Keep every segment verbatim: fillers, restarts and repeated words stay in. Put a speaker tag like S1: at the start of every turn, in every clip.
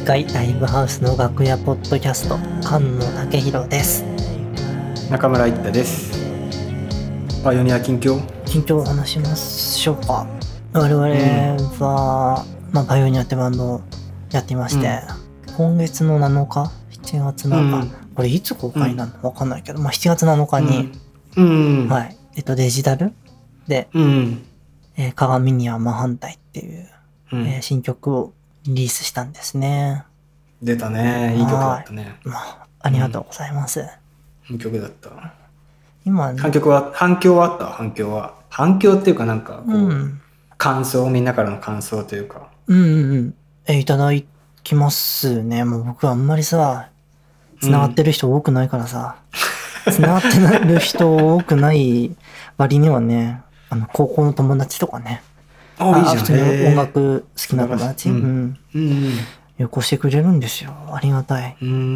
S1: 回ライブハウスの楽屋ポッドキャスト、菅野武弘です。
S2: 中村一太です。パイオニア近況
S1: 近況を話しましょうか。我々は、うんまあ、パイオニアってバンドをやっていまして、うん、今月のなのかしちがつなのか、うん、これいつ公開なのか分かんないけど、まあ、しちがつなのかに、うんうんはいえっと、デジタルで、うんえー、鏡には真反対っていう、うんえー、新曲をリリースしたんですね。
S2: 出たね。いい曲だったね。
S1: まあ、ありがとうございます。
S2: うん、いい曲だった。
S1: 今、ね、
S2: 反響は反響はあった反響は反響っていうかなんかこう、うん、感想みんなからの感想というか。
S1: うんうんうん。えいただきますね。もう僕はあんまりさ繋がってる人多くないからさ、うん、繋がってる人多くない割にはね、あの高校の友達とかね。
S2: ああいいじゃん。
S1: 普通に音楽好きな友達、うん
S2: うんうん、
S1: よこしてくれるんですよ。ありがたい。
S2: うん、うん、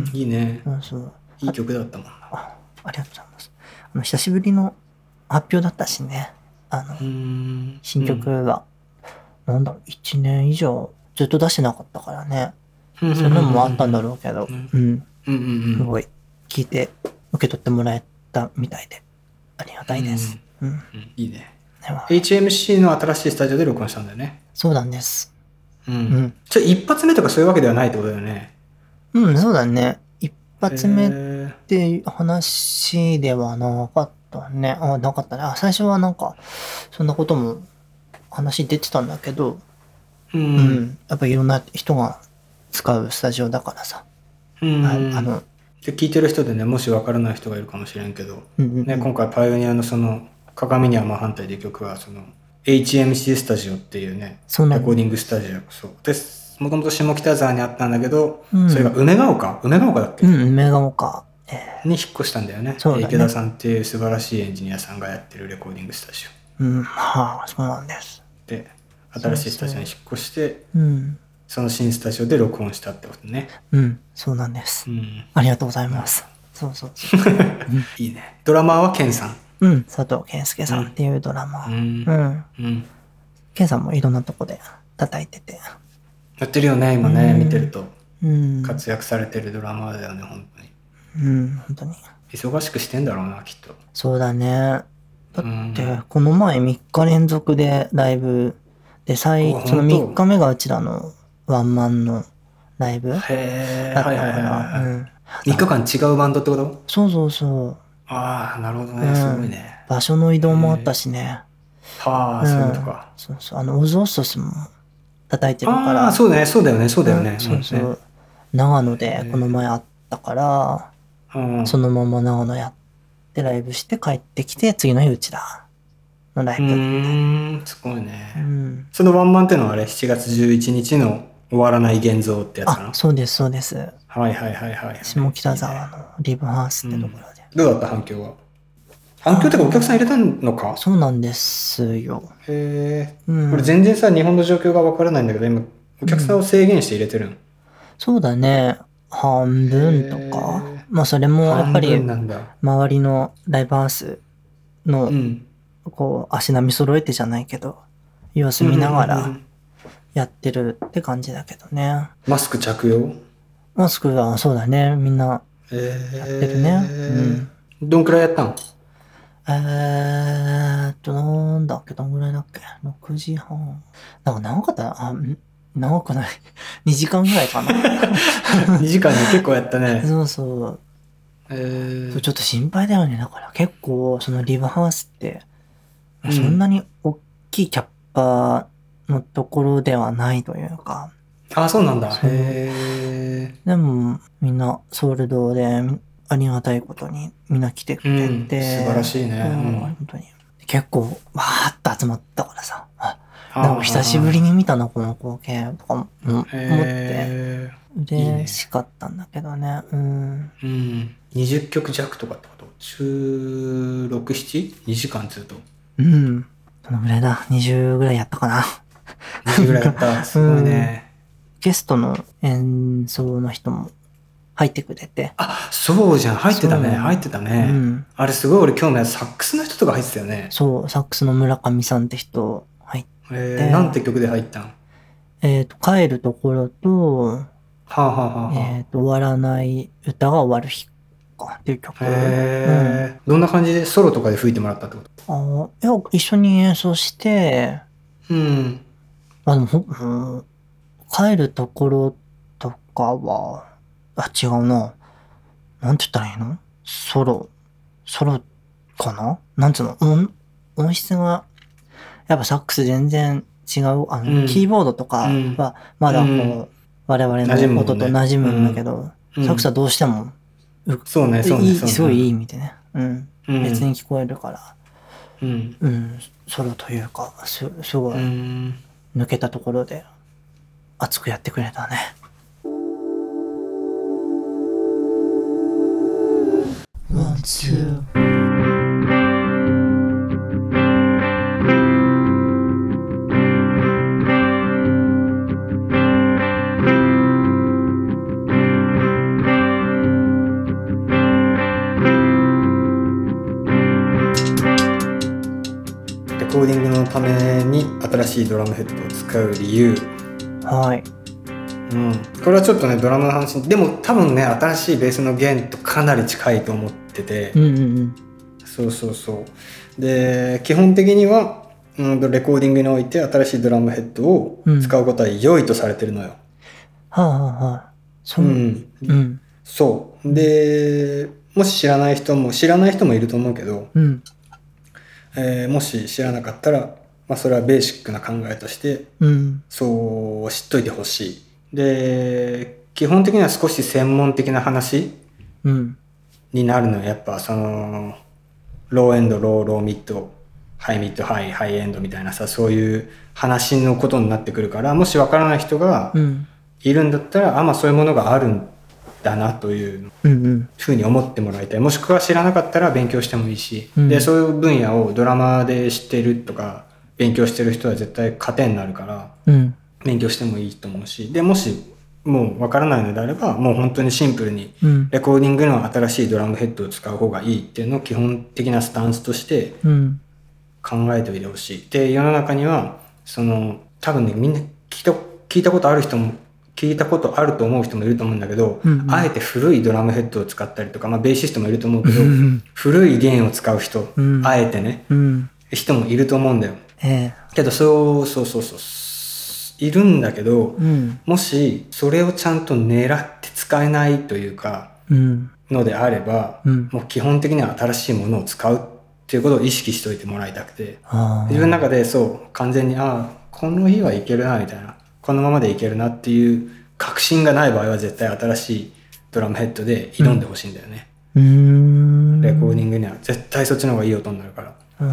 S2: いいね。そうそういい曲だったもんな。
S1: あ、ありがとうございます。あの久しぶりの発表だったしね。あのうん新曲が、うん、なんだろういちねん以上ずっと出してなかったからね。そういうのもあったんだろうけど、うん、うんうんうん、すごい聞いて受け取ってもらえたみたいでありがたいです。うん、うんうん、
S2: いいね。エイチエムシー の新しいスタジオで録音したんだよね。
S1: そうなんです。
S2: うん。うん、ちょ一発目とかそういうわけではないってことだよね。
S1: うん、そうだね。一発目っていう話ではなかったね。あ、なかったね。あ、最初はなんかそんなことも話出てたんだけど、うん、うん、やっぱいろんな人が使うスタジオだからさ。
S2: うん、あので聞いてる人でね、もし分からない人がいるかもしれんけど、うんうんうんね、今回パイオニアのその鏡には真反対で曲はその エイチエムシー スタジオっていうね、レコーディングスタジオそうですもともと下北沢にあったんだけど、うん、それが梅ヶ丘梅ヶ丘だっけ、
S1: うん、梅ヶ丘、
S2: えー、に引っ越したんだよね。
S1: そうだね。
S2: 池田さんっていう素晴らしいエンジニアさんがやってるレコーディングスタジ
S1: オ。うん、はあ、そうなんです。
S2: で、新しいスタジオに引っ越して、そうそう、うん、その新スタジオで録音したってことね。
S1: うん、そうなんです。うん、ありがとうございます。うん、そうそうそう。
S2: いいね。ドラマーはケンさん。
S1: うん、佐藤健介さんっていうドラマー。うん。うん。うん、ケンさんもいろんなとこで叩いてて。
S2: やってるよね、今ね、見てると。うん。活躍されてるドラマーだよね、本当に。
S1: うん、本当に。
S2: 忙しくしてんだろうな、きっと。
S1: そうだね。だって、この前みっか連続でライブで、最、そのみっかめがうちらのワンマンのライブだったから。
S2: へー、はいはいはいはい。うん、みっかかん違うバンドってこと？
S1: そうそうそう。
S2: ああ、なるほどね、すごいね。
S1: 場所の移動もあったしね。
S2: はあ、そういうことか。
S1: そうそう、あの、オズオストスも叩いてるから。
S2: ああ、そうね、そうだよね、そうだよね。
S1: そうそう。長野でこの前あったから、そのまま長野やってライブして帰ってきて、次の日うちだのライブ。う
S2: ーん、すごいね。うん、そのワンマンってのはあれ、しちがつじゅういちにちの終わらない現像ってやつかな？
S1: あ、そうです、そうです。
S2: はいはいはいはい。
S1: 下北沢のリブハウスってところで。
S2: どうだった反響は？反響ってかお客さん入れたのか？
S1: そうなんですよ。
S2: へえ、うん。これ全然さ、日本の状況がわからないんだけど、今、お客さんを制限して入れてるん？うん、
S1: そうだね。半分とか。まあそれもやっぱり、周りのライブハウスの、うん、こう、足並み揃えてじゃないけど、様子見ながらやってるって感じだけどね。
S2: マスク着用？
S1: マスクはそうだね。みんなやってるね。
S2: えー、うん。どんくらいやったの？
S1: えーっと、なんだっけ、どんぐらいだっけ ?ろくじはん。なんか長かったな。あ、長くない。にじかんぐらいかな。
S2: にじかんで結構やったね。
S1: そうそう。えー、ちょっと心配だよね。だから結構、そのリブハウスって、うん、そんなに大きいキャッパーのところではないというか。
S2: あ、そうなんだ。へ
S1: ー。でも、みんなソウルドで、ありがたいことにみんな来てくれて、うん、素
S2: 晴らしいね、うん、
S1: 本当に結構わーっと集まったからさ、あ、なんか久しぶりに見たなこの光景とかも思って嬉しかったんだけどね。うん、
S2: うん、にじゅっきょく弱とかってこと？じゅうろく、なな、にじかんずっと。
S1: うん、そのぐらいだ。にじゅうぐらいやったかな。
S2: にじゅうぐらいやった。すごいね、
S1: うん。ゲストの演奏の人も入ってくれて。
S2: あ、そうじゃん。入ってたね。入ってたね。うん、あれすごい俺興味ある。サックスの人とか入ってたよね。
S1: そう、サックスの村上さんって人入って。
S2: えー、なんて曲で入ったん？
S1: えっと、帰るところと、
S2: はあはあはあはあ、
S1: えっ、と、終わらない歌が終わる日かっていう曲。
S2: へー、うん、どんな感じでソロとかで吹いてもらったってこと？
S1: あいや、一緒に演奏して、
S2: うん。
S1: あの、うん、帰るところとかは、あ、違うな。なんて言ったらいいの？ソロ、ソロかな？なんつうの？音、音質が、やっぱサックス全然違う。あの、
S2: うん、
S1: キーボードとかは、まだこう、うん、我々の音と馴染むんだけど、うん、サックスはどうしても、
S2: そうね、そうね、
S1: いい、すごいいい意味でね。うん。うん、別に聞こえるから。うん。うん。ソロというか、す、すごい、抜けたところで、熱くやってくれたね。ワン、ツー。
S2: レコーディングのために新しいドラムヘッドを使う理由。
S1: はい。
S2: うん、これはちょっとねドラムの話でも多分ね新しいベースの弦とかなり近いと思ってて、
S1: うんうんうん、
S2: そうそうそうで基本的には、うん、レコーディングにおいて新しいドラムヘッドを使うことは良いとされてるのよ。
S1: はあはあはあ。そう、うんうん、
S2: そうでもし知らない人も知らない人もいると思うけど、うん、えー、もし知らなかったら、まあ、それはベーシックな考えとして、うん、そう知っといてほしい。で基本的には少し専門的な話、うん、になるのはやっぱそのローエンドローローミッドハイミッドハイハイエンドみたいなさそういう話のことになってくるからもしわからない人がいるんだったら、うん、あまあそういうものがあるんだなというふうに思ってもらいたい。もしくは知らなかったら勉強してもいいし、うん、でそういう分野をドラマで知ってるとか勉強してる人は絶対糧になるから、うん、勉強してもいいと思うしでもしもうわからないのであればもう本当にシンプルにレコーディングの新しいドラムヘッドを使う方がいいっていうのを基本的なスタンスとして考えておいてほしい。で世の中にはその多分ねみんな聞いた、聞いたことある人も聞いたことあると思う人もいると思うんだけど、うんうん、あえて古いドラムヘッドを使ったりとか、まあ、ベーシストもいると思うけど、うん、古い弦を使う人、うん、あえてね、うん、人もいると思うんだよ、えー、けどそうそうそうそういるんだけど、うん、もしそれをちゃんと狙って使えないというか、うん、のであれば、うん、もう基本的には新しいものを使うっていうことを意識しておいてもらいたくて、自分の中でそう完全にああこの日はいけるなみたいなこのままでいけるなっていう確信がない場合は絶対新しいドラムヘッドで挑んでほしいんだよね、うん、レコーディングには絶対そっちの方がいい音になるから。うん、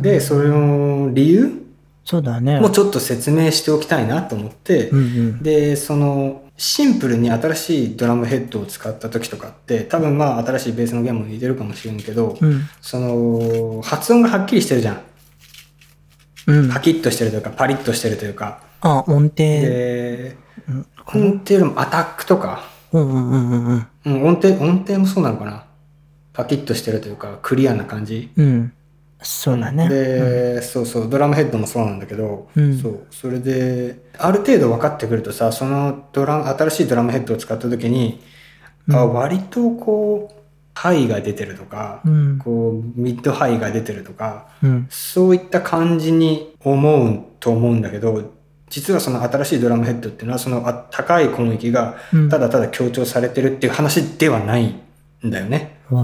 S2: でそれの理由
S1: そうだね。
S2: もうちょっと説明しておきたいなと思って、うんうん、でそのシンプルに新しいドラムヘッドを使った時とかって多分まあ新しいベースの弦も似てるかもしれんけど、うん、その発音がはっきりしてるじゃん、うん、パキッとしてるというかパリッとしてるというか、
S1: あ音程
S2: で、うん、音程よりもアタックとか、うんうんうんうんうん、音程音程もそうなのかな、パキッとしてるというかクリアな感じ、うん
S1: そうだね。
S2: で、うん、そうそう、ドラムヘッドもそうなんだけど、うん、そう、それで、ある程度分かってくるとさ、そのドラム、新しいドラムヘッドを使った時に、うん、あ割とこう、ハイが出てるとか、うん、こう、ミッドハイが出てるとか、うん、そういった感じに思うと思うんだけど、実はその新しいドラムヘッドっていうのは、その高い音域がただただ強調されてるっていう話ではないんだよね。うん、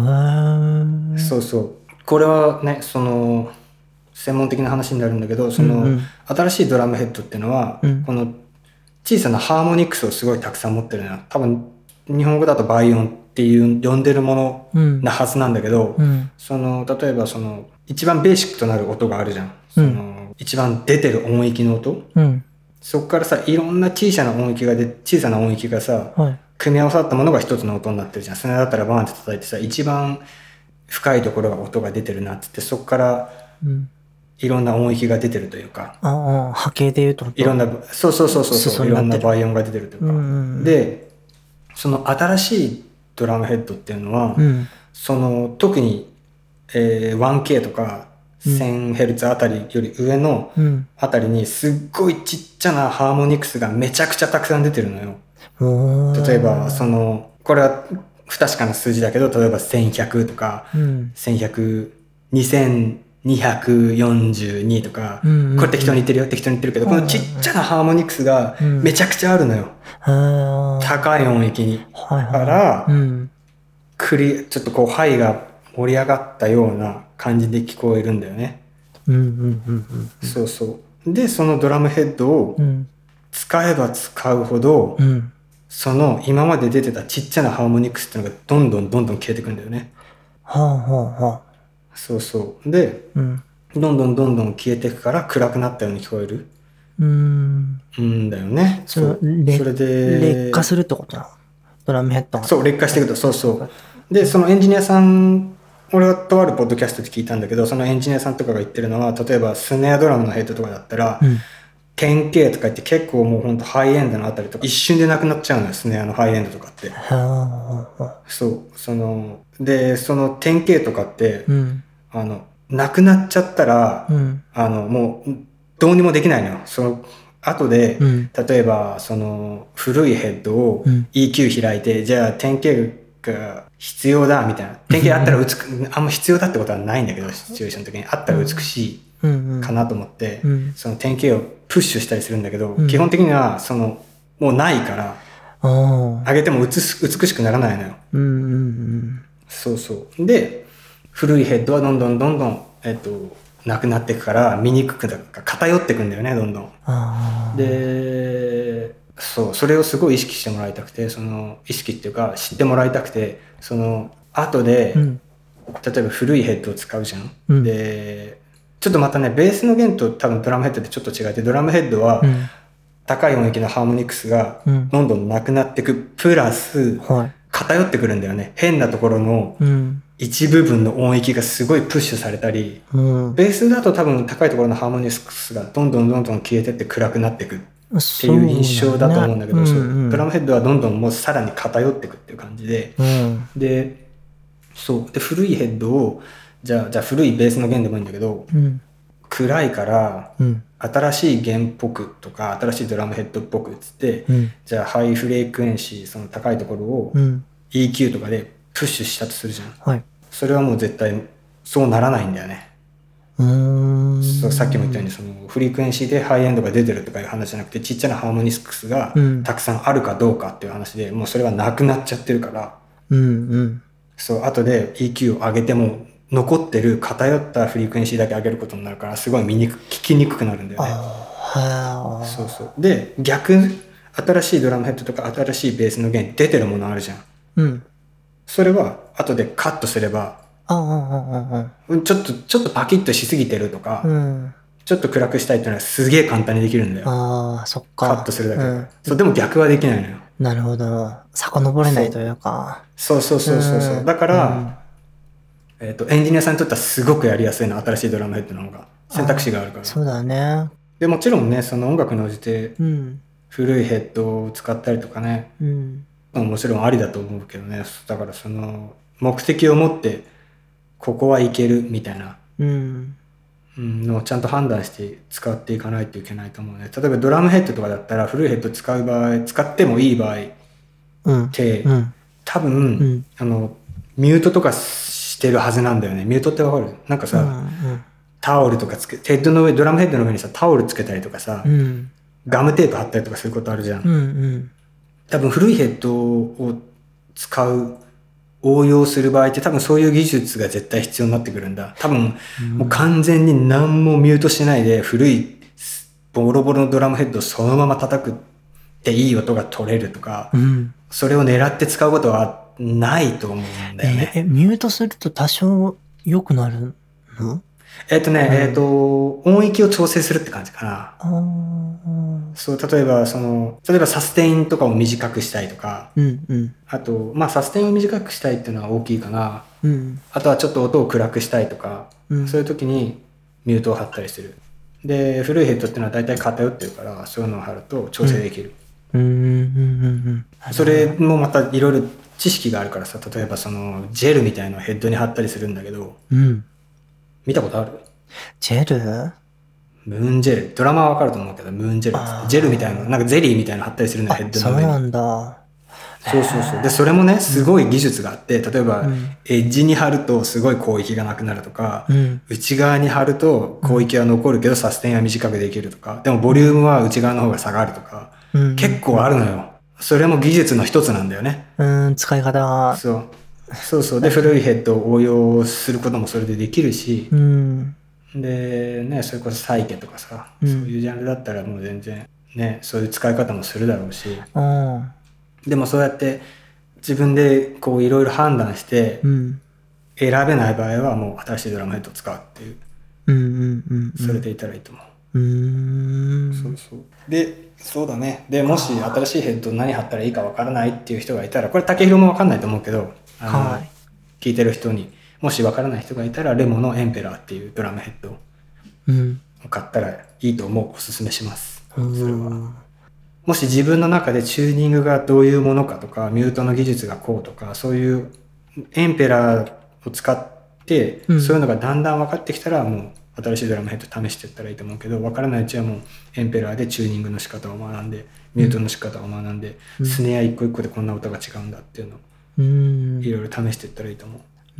S2: そうそう。これはねその専門的な話になるんだけどその、うんうん、新しいドラムヘッドっていうのは、うん、この小さなハーモニクスをすごいたくさん持ってるのよ。多分日本語だとバイオンっていう呼んでるものなはずなんだけど、うん、その例えばその一番ベーシックとなる音があるじゃん、その、うん、一番出てる音域の音、うん、そこからさいろんな小さな音域がで小さな音域がさ、はい、組み合わさったものが一つの音になってるじゃん。それだったらバーンって叩いてさ一番深いところが音が出てるなってってそこからいろんな音域が出てるというか、
S1: うん、ああ波形でいうと
S2: いろんなそうそうそうそうそういろんなバイオンが出てるというか、うんうんうん、でその新しいドラムヘッドっていうのは、うん、その特に、えー、ワンケー とか せんヘルツ あたりより上のあたりにすっごいちっちゃなハーモニクスがめちゃくちゃたくさん出てるのよ。 例えばそのこれは不確かな数字だけど、例えばせんひゃくとか、うん、せんひゃく、にせんにひゃくよんじゅうにとか、うんうんうん、これ適当に言ってるよ適当に言ってるけど、うんうん、このちっちゃなハーモニクスがめちゃくちゃあるのよ、うん、高い音域に、はいはい、から、うん、クリちょっとこうハイが盛り上がったような感じで聞こえるんだよね、うんうんうんうん、そうそうでそのドラムヘッドを使えば使うほど、うん、その今まで出てたちっちゃなハーモニクスっていうのがどんどんどんどん消えてくんだよね。はあはあはあ。そうそうで、うん、どんどんどんどん消えていくから暗くなったように聞こえる。うーん。うんだよね。
S1: それそれで劣化するってことなの？ドラムヘッドが。
S2: そう劣化していくと、そうそう。でそのエンジニアさん、俺はとあるポッドキャストで聞いたんだけど、そのエンジニアさんとかが言ってるのは、例えばスネアドラムのヘッドとかだったら、うん、テンケー とか言って結構もうほんとハイエンドのあたりとか一瞬でなくなっちゃうのよ、スネアのハイエンドとかって。そうそのでその テンケー とかって、うん、あのなくなっちゃったら、うん、あのもうどうにもできないのよ。その後で、うん、例えばその古いヘッドを イーキュー 開いて、うん、じゃあ テンケー が必要だみたいな、 テンケー あったら美あんま必要だってことはないんだけど、シチュエーションの時にあったら美しいかなと思って、うん、その テンケー をプッシュしたりするんだけど、うん、基本的にはそのもうないから上げても美しくならないのよ、うんうんうん、そうそうで古いヘッドはどんどんどんどん、えっと、なくなっていくから見にくくなるか偏っていくんだよね、どんどん。でそうそれをすごい意識してもらいたくて、その意識っていうか知ってもらいたくて、その後で、うん、例えば古いヘッドを使うじゃん、うん、でちょっとまたねベースの弦と多分ドラムヘッドってちょっと違って、ドラムヘッドは、うん、高い音域のハーモニクスがどんどんなくなっていく、プラス、はい、偏ってくるんだよね。変なところの一部分の音域がすごいプッシュされたり、うん、ベースだと多分高いところのハーモニクスがどんどんどんどん消えてって暗くなっていくっていう印象だと思うんだけど、そう、ねうんうん、ドラムヘッドはどんどんもうさらに偏っていくっていう感じで、うん、でそうで古いヘッドをじゃあじゃあ古いベースの弦でもいいんだけど、うん、暗いから、うん、新しい弦っぽくとか新しいドラムヘッドっぽくっつって、うん、じゃあハイフレークエンシー、その高いところを イーキュー とかでプッシュしたとするじゃん、はい、それはもう絶対そうならないんだよね。うーんそうさっきも言ったように、そのフリークエンシーでハイエンドが出てるとかいう話じゃなくて、ちっちゃなハーモニクスがたくさんあるかどうかっていう話で、もうそれはなくなっちゃってるから、うんうん、そう後で イーキュー を上げても残ってる偏ったフリークエンシーだけ上げることになるから、すごい見にく聞きにくくなるんだよね。あそうそうで逆、新しいドラムヘッドとか新しいベースの弦出てるものあるじゃん、うん、それは後でカットすれば、ああああちょっとちょっとパキッとしすぎてるとか、うん、ちょっと暗くしたいっていうのはすげえ簡単にできるんだよ。ああそっか、カットするだけだから、うん、そうでも逆はできないのよ。なるほど、遡れないというか、そうそうそうそうそう、うん、だから、うんえーと、エンジニアさんにとってはすごくやりやすいの、新しいドラムヘッドの方が選択肢があるから。そうだね。でもちろんね、その音楽に応じて古いヘッドを使ったりとかね、うん、もちろんありだと思うけどね。だからその目的を持ってここはいけるみたいなのをちゃんと判断して使っていかないといけないと思うね。例えばドラムヘッドとかだったら古いヘッド使う場合、使ってもいい場合って、うんうん、多分、うん、あのミュートとかしてるはずなんだよね。ミュートってわかる？なんかさ、うんうん、タオルとかつけ、ヘッドの上、ドラムヘッドの上にさ、タオルつけたりとかさ、うん、ガムテープ貼ったりとかすることあるじゃん。うんうん、多分古いヘッドを使う、応用する場合って多分そういう技術が絶対必要になってくるんだ。多分、もう完全に何もミュートしないで古いボロボロのドラムヘッドをそのまま叩くっていい音が取れるとか、うん、それを狙って使うことはないと思うんだよね。え、えミュートすると多少良くなるの？えっとね、うん、えっと、音域を調整するって感じかな。そう、例えば、その、例えばサステインとかを短くしたいとか、うんうん、あと、まあサステインを短くしたいっていうのは大きいかな。うん、あとはちょっと音を暗くしたいとか、うん、そういう時にミュートを貼ったりする。で、古いヘッドっていうのは大体偏ってるから、そういうのを貼ると調整できる。うんうんうんうん、それもまたいろいろ知識があるからさ、例えばそのジェルみたいなのをヘッドに貼ったりするんだけど、うん、見たことある？ジェル？ ムーンジェル、ドラマはわかると思うけど、ムーンジェルっつってジェルみたいな、なんかゼリーみたいなの貼ったりするのよ、ヘッドの上に。
S1: そうなんだ。
S2: そうそうそう。で、それもね、すごい技術があって、例えば、うん、エッジに貼るとすごい広域がなくなるとか、うん、内側に貼ると広域は残るけどサステンは短くできるとか、でもボリュームは内側の方が下がるとか、うん、結構あるのよ。それも技術の一つなんだよね。
S1: うん、使い方が。
S2: そう。そうそう。で、古いヘッドを応用することもそれでできるし、うん、で、ね、それこそサイケとかさ、うん、そういうジャンルだったらもう全然、ね、そういう使い方もするだろうし、うん、でもそうやって、自分でこういろいろ判断して選べない場合はもう新しいドラムヘッドを使うっていう、うんうんうんうん、それでいたらいいと思う。うーん、そうそう。で、そうだね。で、もし新しいヘッド何貼ったらいいかわからないっていう人がいたら、これ竹広もわかんないと思うけど、あの、はい、聞いてる人にもしわからない人がいたらレモのエンペラーっていうドラムヘッドを買ったらいいと思う。おすすめします。それは。もし自分の中でチューニングがどういうものかとか、ミュートの技術がこうとか、そういうエンペラーを使って、うん、そういうのがだんだん分かってきたら、もう新しいドラムヘッド試していったらいいと思うけど、分からないうちはもうエンペラーでチューニングの仕方を学んで、ミュートの仕方を学んで、うん、スネア一個一個でこんな音が違うんだっていうのを、いろいろ試していったらいいと思う。うん、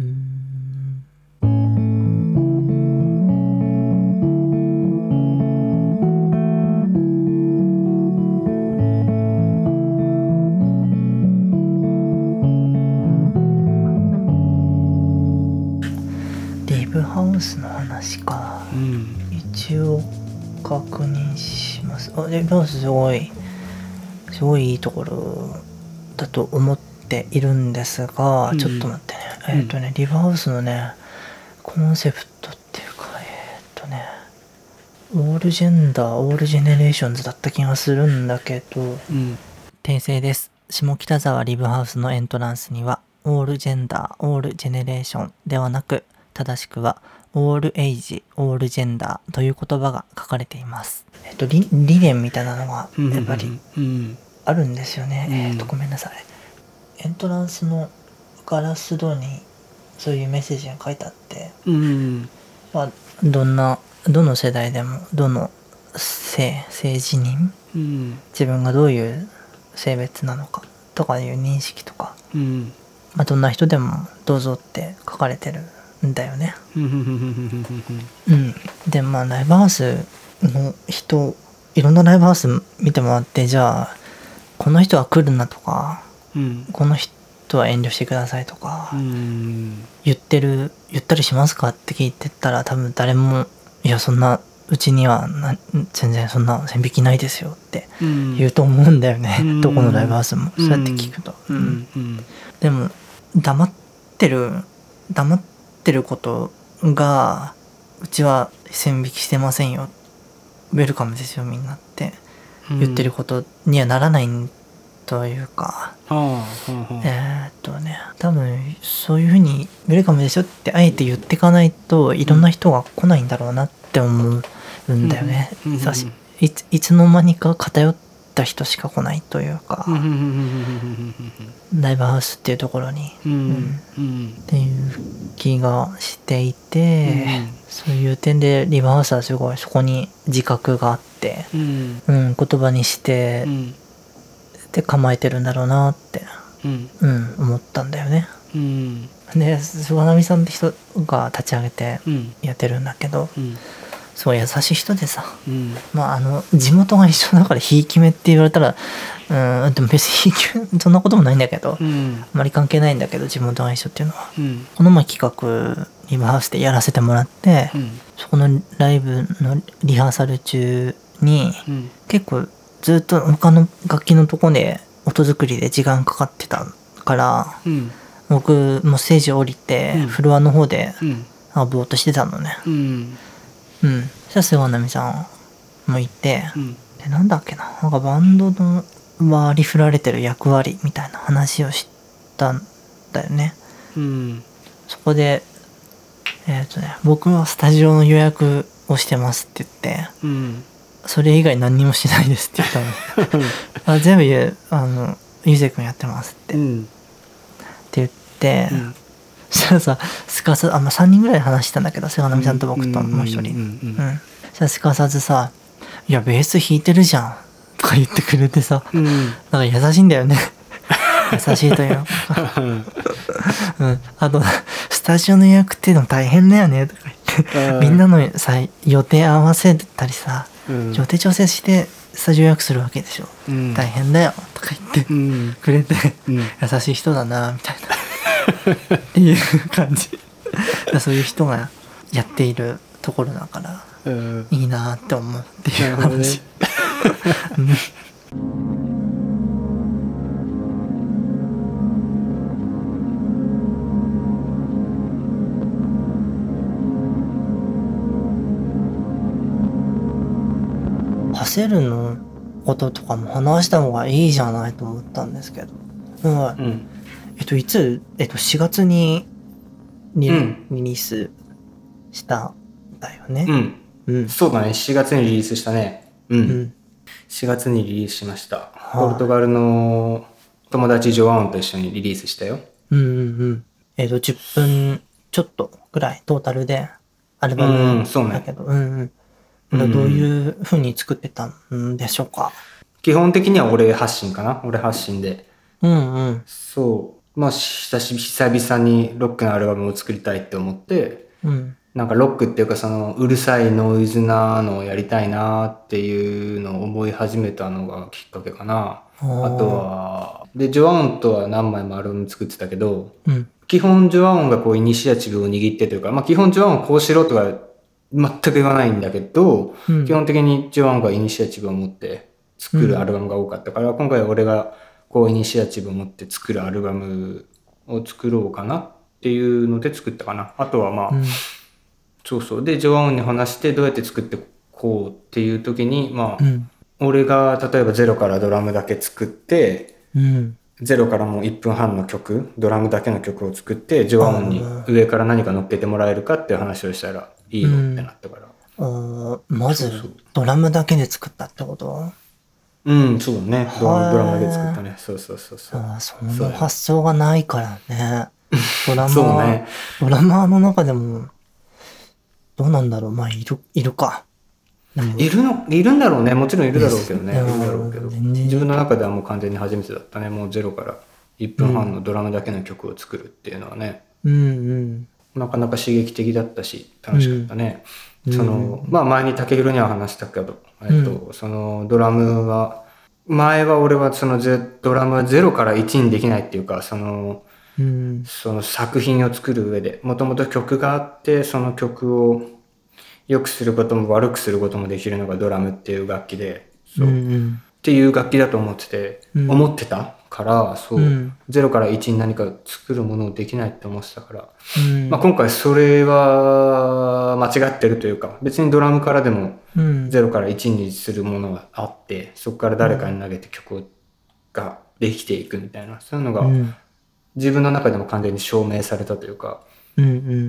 S2: ハウスの話か、うん、一応確認します。あ、リブハウスすごいすごいいいところだと思っているんですが、うん、ちょっと待ってね、えっ、ー、とね、リブハウスのねコンセプトっていうか、えっ、ー、とねオールジェンダーオールジェネレーションズだった気がするんだけど、うん、訂正です。下北沢リブハウスのエントランスにはオールジェンダーオールジェネレーションではなく、正しくはオールエイジ、オールジェンダーという言葉が書かれています。えっと、理, 理念みたいなのがやっぱりあるんですよね。うんうん、えっと、ごめんなさい。エントランスのガラス戸にそういうメッセージが書いてあって、うんうん、まあ、どんな、どの世代でも、どの性、性自認、うん、自分がどういう性別なのかとかいう認識とか、うん、まあ、どんな人でもどうぞって書かれてるんだよね。うん。で、まあライブハウスの人、いろんなライブハウス見てもらって、じゃあこの人は来るなとか、うん、この人は遠慮してくださいとか、うん、言ってる言ったりしますかって聞いてたら、多分誰もいやそんなうちにはな全然そんな線引きないですよって言うと思うんだよね。うん、どこのライブハウスもそうやって聞くと。うんうん、でも黙ってる黙ってってることが、うちは線引きしてませんよ、ウェルカムですよみんなって言ってることにはならないというか、うん、えー、っとね多分そういうふうにウェルカムですよってあえて言ってかないといろんな人が来ないんだろうなって思うんだよね。うんうんうん、い, いつの間にか偏った人しか来ないというか、ライブハウスっていうところに、うんうん、っていう気がしていて、うん、そういう点でリブハウスはすごいそこに自覚があって、うんうん、言葉にして、うん、で構えてるんだろうなって、うんうん、思ったんだよね。うん、で菅波さんって人が立ち上げてやってるんだけど、うん、すごい優しい人でさ、うん、まああの地元が一緒だからひいき目って言われたら、うん、でも別にひいき目そんなこともないんだけど、うん、あまり関係ないんだけど、地元が一緒っていうのは、うん、この前企画リブハウスでやらせてもらって、うん、そこのライブのリハーサル中に、うん、結構ずっと他の楽器のとこで音作りで時間かかってたから、うん、僕もステージ降りて、うん、フロアの方で、うん、あぼーっとしてたのね。うんうん、そしたら菅波さんもいて、うん、でなんだっけな、なんかバンドの割り振られてる役割みたいな話をしたんだよね。うん、そこで、えっとね、僕はスタジオの予約をしてますって言って、うん、それ以外何にもしないですって言ったの。あ全部言うあのゆうせいくんやってますって、うん、って言って、うん、
S1: そしたらさ、すかさず、あ、まあ、さんにんぐらい話したんだけど、菅波さんと僕ともう一人。うん。そしたらすかさずさ、いや、ベース弾いてるじゃん。とか言ってくれてさ、うん、なんか優しいんだよね。優しいというか。うん。あと、スタジオの予約っていうの大変だよね。とか言って、みんなのさ、予定合わせたりさ、うん、予定調整してスタジオ予約するわけでしょ。うん、大変だよ。とか言ってくれて、うん、優しい人だな、みたいな。っていう感じ。そういう人がやっているところだから、うん、いいなって思うっていう話。ハセルのこととかも話した方がいいじゃないと思ったんですけど、うん、うん、えっといつ、えっと、しがつにリ、うん、リリースしたんだよね。
S2: うんうん、そうだね、しがつにリリースしたね。うん。うん、しがつにリリースしました。ポルトガルの友達ジョアンと一緒にリリースしたよ。
S1: うんうんうん。えっと、じゅっぷんちょっとぐらいトータルでアルバムだけど、うん、うん、うんうん。どういう風に作ってたんでしょうか。
S2: 基本的には俺発信かな。俺発信で。
S1: うんうん。
S2: そう。まあ、久し久々にロックのアルバムを作りたいって思って、うん。なんかロックっていうかそのうるさいノイズなのをやりたいなっていうのを思い始めたのがきっかけかな。あとは、で、ジョアオンとは何枚もアルバム作ってたけど、うん、基本ジョアオンがこうイニシアチブを握ってというか、まあ基本ジョアオンこうしろとか全く言わないんだけど、うん、基本的にジョアオンがイニシアチブを持って作るアルバムが多かったから、うん、今回は俺がこうイニシアチブを持って作るアルバムを作ろうかなっていうので作ったかな。あとはまあ、うん、そうそう。で、ジョアオンに話してどうやって作ってこうっていう時に、まあ、うん、俺が例えばゼロからドラムだけ作って、うん、ゼロからもういっぷんはんの曲、ドラムだけの曲を作って、ジョアオンに上から何か乗っけてもらえるかっていう話をしたらいいよってなったから。
S1: うん、まずそうそう、ドラムだけで作ったってこと？
S2: うん、そうだね。ドラム、ドラムだけ作ったね。そうそうそうそう。
S1: あ、その発想がないからね。ドラマー、ね、ドラマーの中でも、どうなんだろう。まあ、いる、いるか。
S2: いるの、いるんだろうね。もちろんいるだろうけどね。いるだろうけど。自分の中ではもう完全に初めてだったね。もうゼロからいっぷんはんのドラムだけの曲を作るっていうのはね。うんうん。なかなか刺激的だったし、楽しかったね。うん、その、まあ前に竹広には話したけど、えっと、うん、そのドラムは、前は俺はそのドラムはゼロからいちにできないっていうか、その、うん、その作品を作る上で、もともと曲があって、その曲を良くすることも悪くすることもできるのがドラムっていう楽器で、そう、うんうん、っていう楽器だと思ってて、うん、思ってたから、そう、うん、ゼロからいちに何か作るものをできないって思ってたから、うん、まあ今回それは間違ってるというか、別にドラムからでもゼロからいちにするものがあって、そこから誰かに投げて曲ができていくみたいな、そういうのが、うん自分の中でも完全に証明されたというか、うんうん、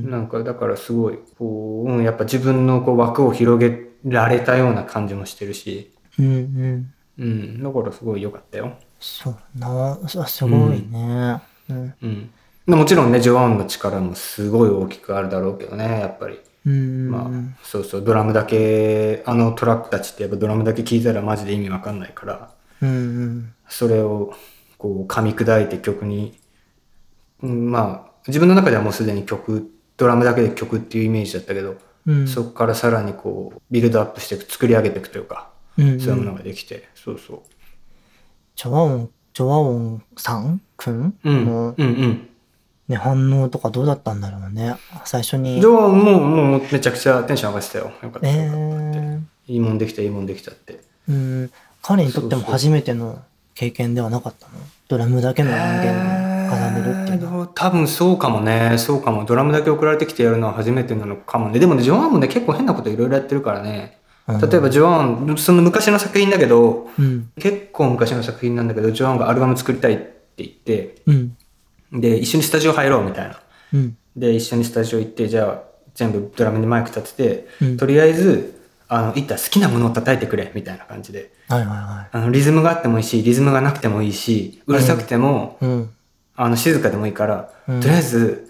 S2: なんかだからすごいこう、うん、やっぱ自分のこう枠を広げられたような感じもしてるし、うんうんうん、だからすごい良かったよ。
S1: そうな、すごいね。
S2: うんうんうん、もちろんねジョアンの力もすごい大きくあるだろうけどねやっぱり。うん、まあそうそうドラムだけあのトラックたちってやっぱドラムだけ聴いたらマジで意味わかんないから、うんうん、それをこう噛み砕いて曲にうん、まあ自分の中ではもうすでに曲ドラムだけで曲っていうイメージだったけど、うん、そこからさらにこうビルドアップしていく作り上げていくというか、うんうん、そういうものができてそうそう
S1: ジョアオンジョアオンさんくんの、うんうんうんね、反応とかどうだったんだろうね最初に。
S2: ジョアオンももうめちゃくちゃテンション上がってたよ。よかった、えー、いいもんできたいいもんできたって。
S1: うん、彼にとっても初めての経験ではなかったの？ドラムだけの音源を重ねるっていうのは、
S2: えー、多分そうかもねそうかもドラムだけ送られてきてやるのは初めてなのかもね。でもねジョアンもね結構変なこといろいろやってるからね、うん、例えばジョアンその昔の作品だけど、うん、結構昔の作品なんだけどジョアンがアルバム作りたいって言って、うん、で一緒にスタジオ入ろうみたいな、うん、で一緒にスタジオ行ってじゃあ全部ドラムにマイク立てて、うん、とりあえずあのいったら好きなものを叩いてくれみたいな感じで、はいはいはい、あのリズムがあってもいいしリズムがなくてもいいしうるさくても、うん、あの静かでもいいから、うん、とりあえず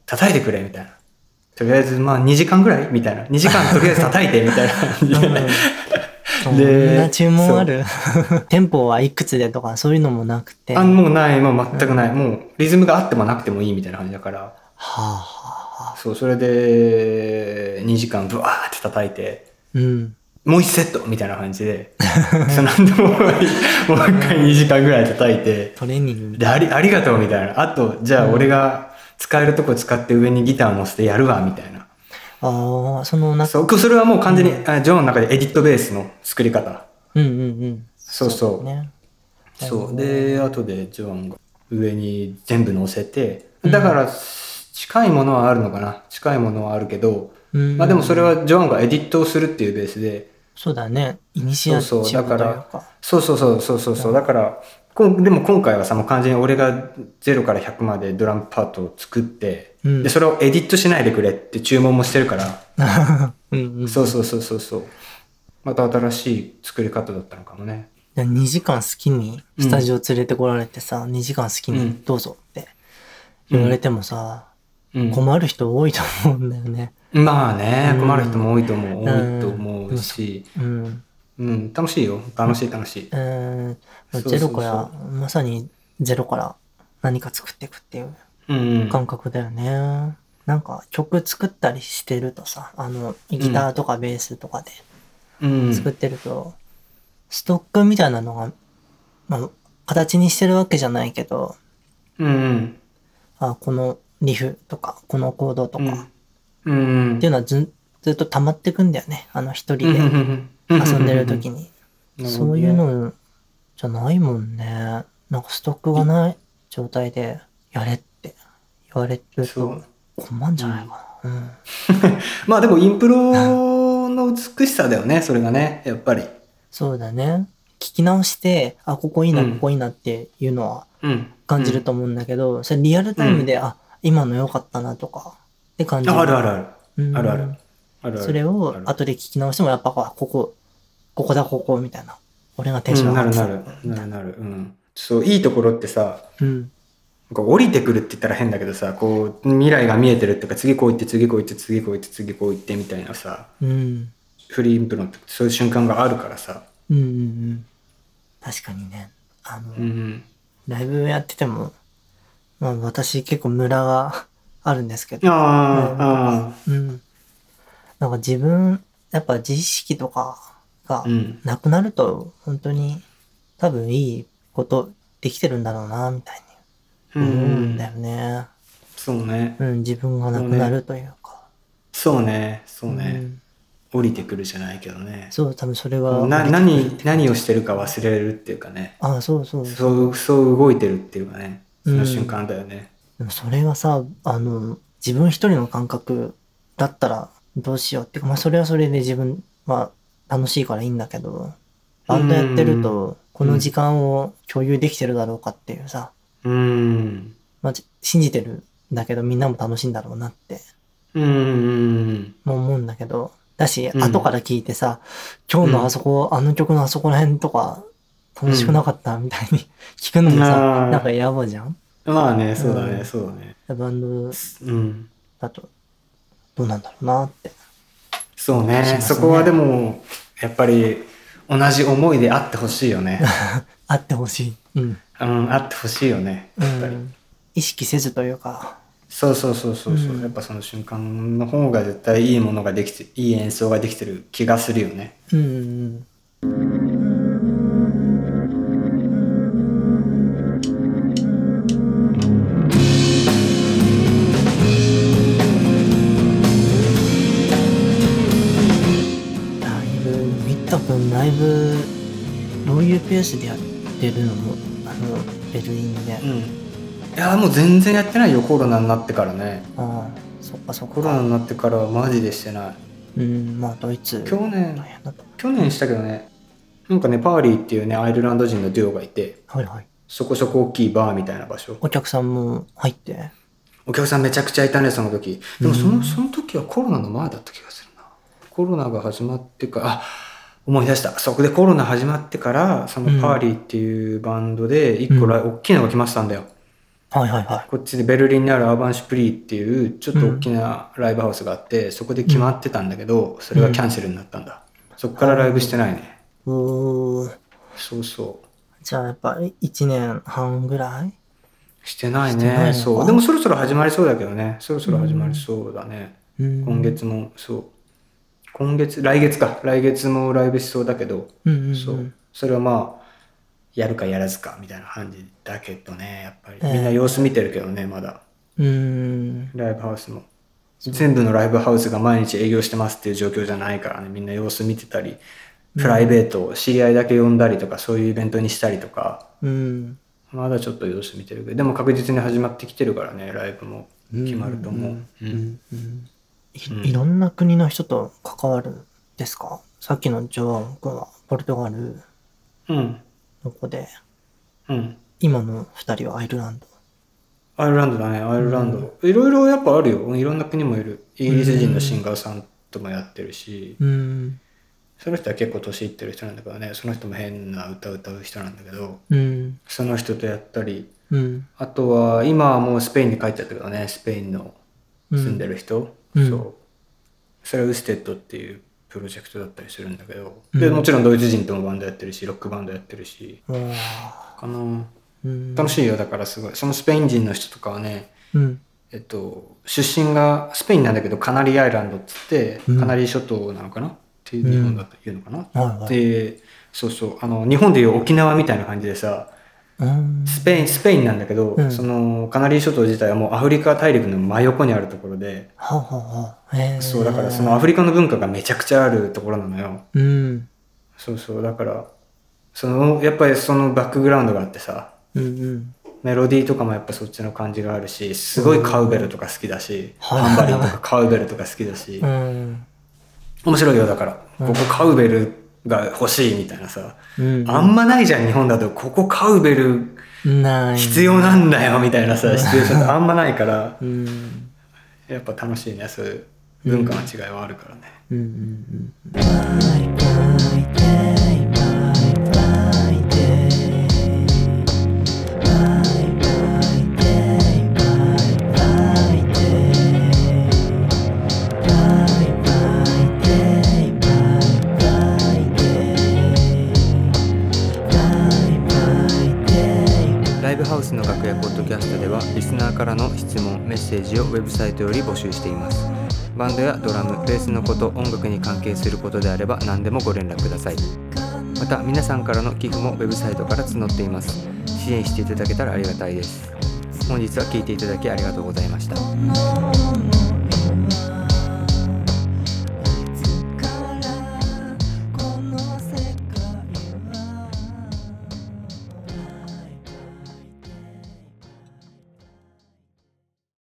S2: 叩いてくれみたいな。とりあえずまあにじかんぐらいみたいな。にじかんとりあえず叩いてみたいな感じで。
S1: そんな注文あるテンポはいくつでとかそういうのもなくて。
S2: あ、もうない、もう全くない。うん、もうリズムがあってもなくてもいいみたいな感じだから。は
S1: あはあ、
S2: そう、それでにじかんブワーって叩いて、
S1: うん、
S2: もういちセットみたいな感じで、その何でももう一回にじかんぐらい叩いて、
S1: トレーニング
S2: であり、ありがとうみたいな。あと、じゃあ俺が使えるとこ使って上にギター乗せてやるわみたいな。
S1: ああ、その
S2: なそう、それはもう完全に、うん、ジョーの中でエディットベースの作り方。
S1: うんうんうん。
S2: そうそう。ね、そう。で、後でジョーが上に全部乗せて、だから、近いものはあるのかな。近いものはあるけど、うん、まあでもそれはジョンがエディットをするっていうベースで。
S1: そうだね。イニシアチブというか。
S2: そうそう。だから、そうそうそうそうそうそう。だから、でも今回はさ、もう完全に俺がゼロからひゃくまでドラムパートを作って、うん、で、それをエディットしないでくれって注文もしてるから。うんうん、そうそうそうそうそう。また新しい作り方だったのかもね。
S1: にじかん好きにスタジオ連れてこられてさ、うん、にじかん好きにどうぞって言われてもさ、うん、困る人多いと思うんだよね。
S2: まあね、困る人も多いと思う、うん、多いと思うし、うん、うん、楽しいよ、楽しい楽しい。
S1: うん、ゼロから、まさにゼロから何か作っていくっていう感覚だよね。うん、なんか曲作ったりしてるとさ、あの、ギターとかベースとかで作ってると、うん、ストックみたいなのが、まあ、形にしてるわけじゃないけど、うん、あ、このリフとか、このコードとか、うん、っていうのはず、ずっと溜まってくんだよね。あの一人で遊んでる時に。そういうのじゃないもんね。なんかストックがない状態でやれって言われると困んじゃないかな。うん、
S2: まあでもインプロの美しさだよね、それがね、やっぱり。
S1: そうだね。聞き直して、あ、ここいいな、ここいいなっていうのは感じると思うんだけど、それリアルタイムで、あ、今の良かったなとかって感じる。
S2: あるあるある。うん、あるある。あるある。
S1: それを後で聞き直してもやっぱ、ここ、ここだ、ここ、みたいな。俺がテンション上がってた。
S2: なるなる。なるなる。うん。そう、いいところってさ、うん。降りてくるって言ったら変だけどさ、こう、未来が見えてるっていうか、次こう行って、次こう行って、次こう行って、次こう行ってみたいなさ、うん。フリーインプロってそういう瞬間があるからさ。うんうんうん。
S1: 確かにね。あの、うん、ライブやってても、まあ私結構ムラがあるんですけど。ああ。うん。なんか自分、やっぱ自意識とかがなくなると、本当に多分いいことできてるんだろうな、みたいに思うんだよね。うん、
S2: そうね。
S1: うん、自分がなくなるというか。
S2: そうね、そうね。うん降りてくるじゃないけどね。
S1: そう、多分それが。
S2: な、何、何をしてるか忘れるっていうかね。
S1: ああ、そうそう
S2: そう。そう動いてるっていうかね。その瞬間だよね。
S1: うん、でもそれがさ、あの、自分一人の感覚だったらどうしようっていうか、まあそれはそれで自分は楽しいからいいんだけど、バンドやってると、この時間を共有できてるだろうかっていうさ。うん。まあ信じてるんだけど、みんなも楽しいんだろうなって。うん。も思うんだけど、だし、うん、後から聞いてさ、今日のあそこ、うん、あの曲のあそこら辺とか、楽しくなかったみたいに聞くのもさ、うん、なんかやばじゃん。
S2: まあね、そうだね、うん、そうだね。
S1: バンドだと、どうなんだろうなって。
S2: そうね、ねそこはでも、やっぱり、同じ思いであってほしいよね。
S1: あってほしい。うん。
S2: うん、あってほしいよね。やっぱり、うん。
S1: 意識せずというか。
S2: そうそうそうそうそう、うん、やっぱその瞬間の方が絶対いいものができていい演奏ができてる気がするよね。うんうん
S1: ライブミッタ君ライブどういうペースでやってるのもあのベルリンで。
S2: うんいやもう全然やってないよコロナになってからね。
S1: ああそっかそっか。
S2: コロナになってからはマジでしてない。
S1: うんまあドイツ
S2: 去年去年したけどね、なんかねパーリーっていうねアイルランド人のデュオがいて、はいはい、そこそこ大きいバーみたいな場所。
S1: お客さんも入って。
S2: お客さんめちゃくちゃいたねその時。でもそのその時はコロナの前だった気がするな。コロナが始まってからあ思い出した。そこでコロナ始まってからそのパーリーっていうバンドで一個、うん、大きいのが決まってたんだよ。
S1: はいはいはい。
S2: こっちでベルリンにあるアーバンシュプリーっていうちょっと大きなライブハウスがあって、うん、そこで決まってたんだけど、うん、それがキャンセルになったんだ、うん、そこからライブしてないね。
S1: おー、
S2: そうそう。
S1: じゃあやっぱりいちねんはんぐらい
S2: してないね。そう。でもそろそろ始まりそうだけどね。そろそろ始まりそうだね。うん、今月も、そう。今月、来月か。来月もライブしそうだけど、
S1: うんうんうん、
S2: そう。それはまあ、やるかやらずかみたいな感じだけどね。やっぱりみんな様子見てるけどね、まだ。
S1: うん。
S2: ライブハウスも。全部のライブハウスが毎日営業してますっていう状況じゃないからね。みんな様子見てたり、プライベート、知り合いだけ呼んだりとか、そういうイベントにしたりとか。
S1: うん、
S2: まだちょっと様子見てるけど、でも確実に始まってきてるからね、ライブも決まると思う。
S1: いろんな国の人と関わるんですか？さっきのジョアン君はポルトガル、
S2: うん、
S1: どこで、
S2: うん、
S1: 今のふたりはアイルランド。
S2: アイルランドだね、アイルランド。いろいろやっぱあるよ。いろんな国もいる。イギリス人のシンガーさんともやってるし、
S1: うん、
S2: その人は結構年いってる人なんだけどね、その人も変な歌歌う人なんだけど、
S1: うん、
S2: その人とやったり、
S1: うん、
S2: あとは今はもうスペインに帰っちゃったけどね、スペインの住んでる人、うん、そう。それはウステッドっていうプロジェクトだったりするんだけど、うん、でもちろんドイツ人ともバンドやってるし、ロックバンドやってるし、
S1: うん、
S2: かな、うん、楽しいよ。だからすごいそのスペイン人の人とかはね、
S1: うん、
S2: えっと出身がスペインなんだけどカナリーアイランドっつって、うん、カナリー諸島なのかなっていう日本だと言うのかな、うんはいはい、でそうそうあの日本でいう沖縄みたいな感じでさ、スペインスペインなんだけど、うん、そのカナリー諸島自体はもうアフリカ大陸の真横にあるところで、
S1: ははは
S2: そうだからそのアフリカの文化がめちゃくちゃあるところなのよ、
S1: うん、
S2: そうそうだからそのやっぱりそのバックグラウンドがあってさ、
S1: うんうん、
S2: メロディーとかもやっぱそっちの感じがあるし、すごいカウベルとか好きだし、ハンバリンとかカウベルとか好きだし、うん、面白いよ。だからここカウベルが欲しいみたいなさ、うん、あんまないじゃん日本だと。ここカウベル必要なんだよみたいなさシチュエーションってあんまないから、うん、やっぱ楽しいね。そういう文化の違いはあるからね、うんうんうんライブハウスの楽屋ポッドキャストではリスナーからの質問・メッセージをウェブサイトより募集しています。バンドやドラム、ベースのこと、音楽に関係することであれば何でもご連絡ください。また皆さんからの寄付もウェブサイトから募っています。支援していただけたらありがたいです。本日は聞いていただきありがとうございました。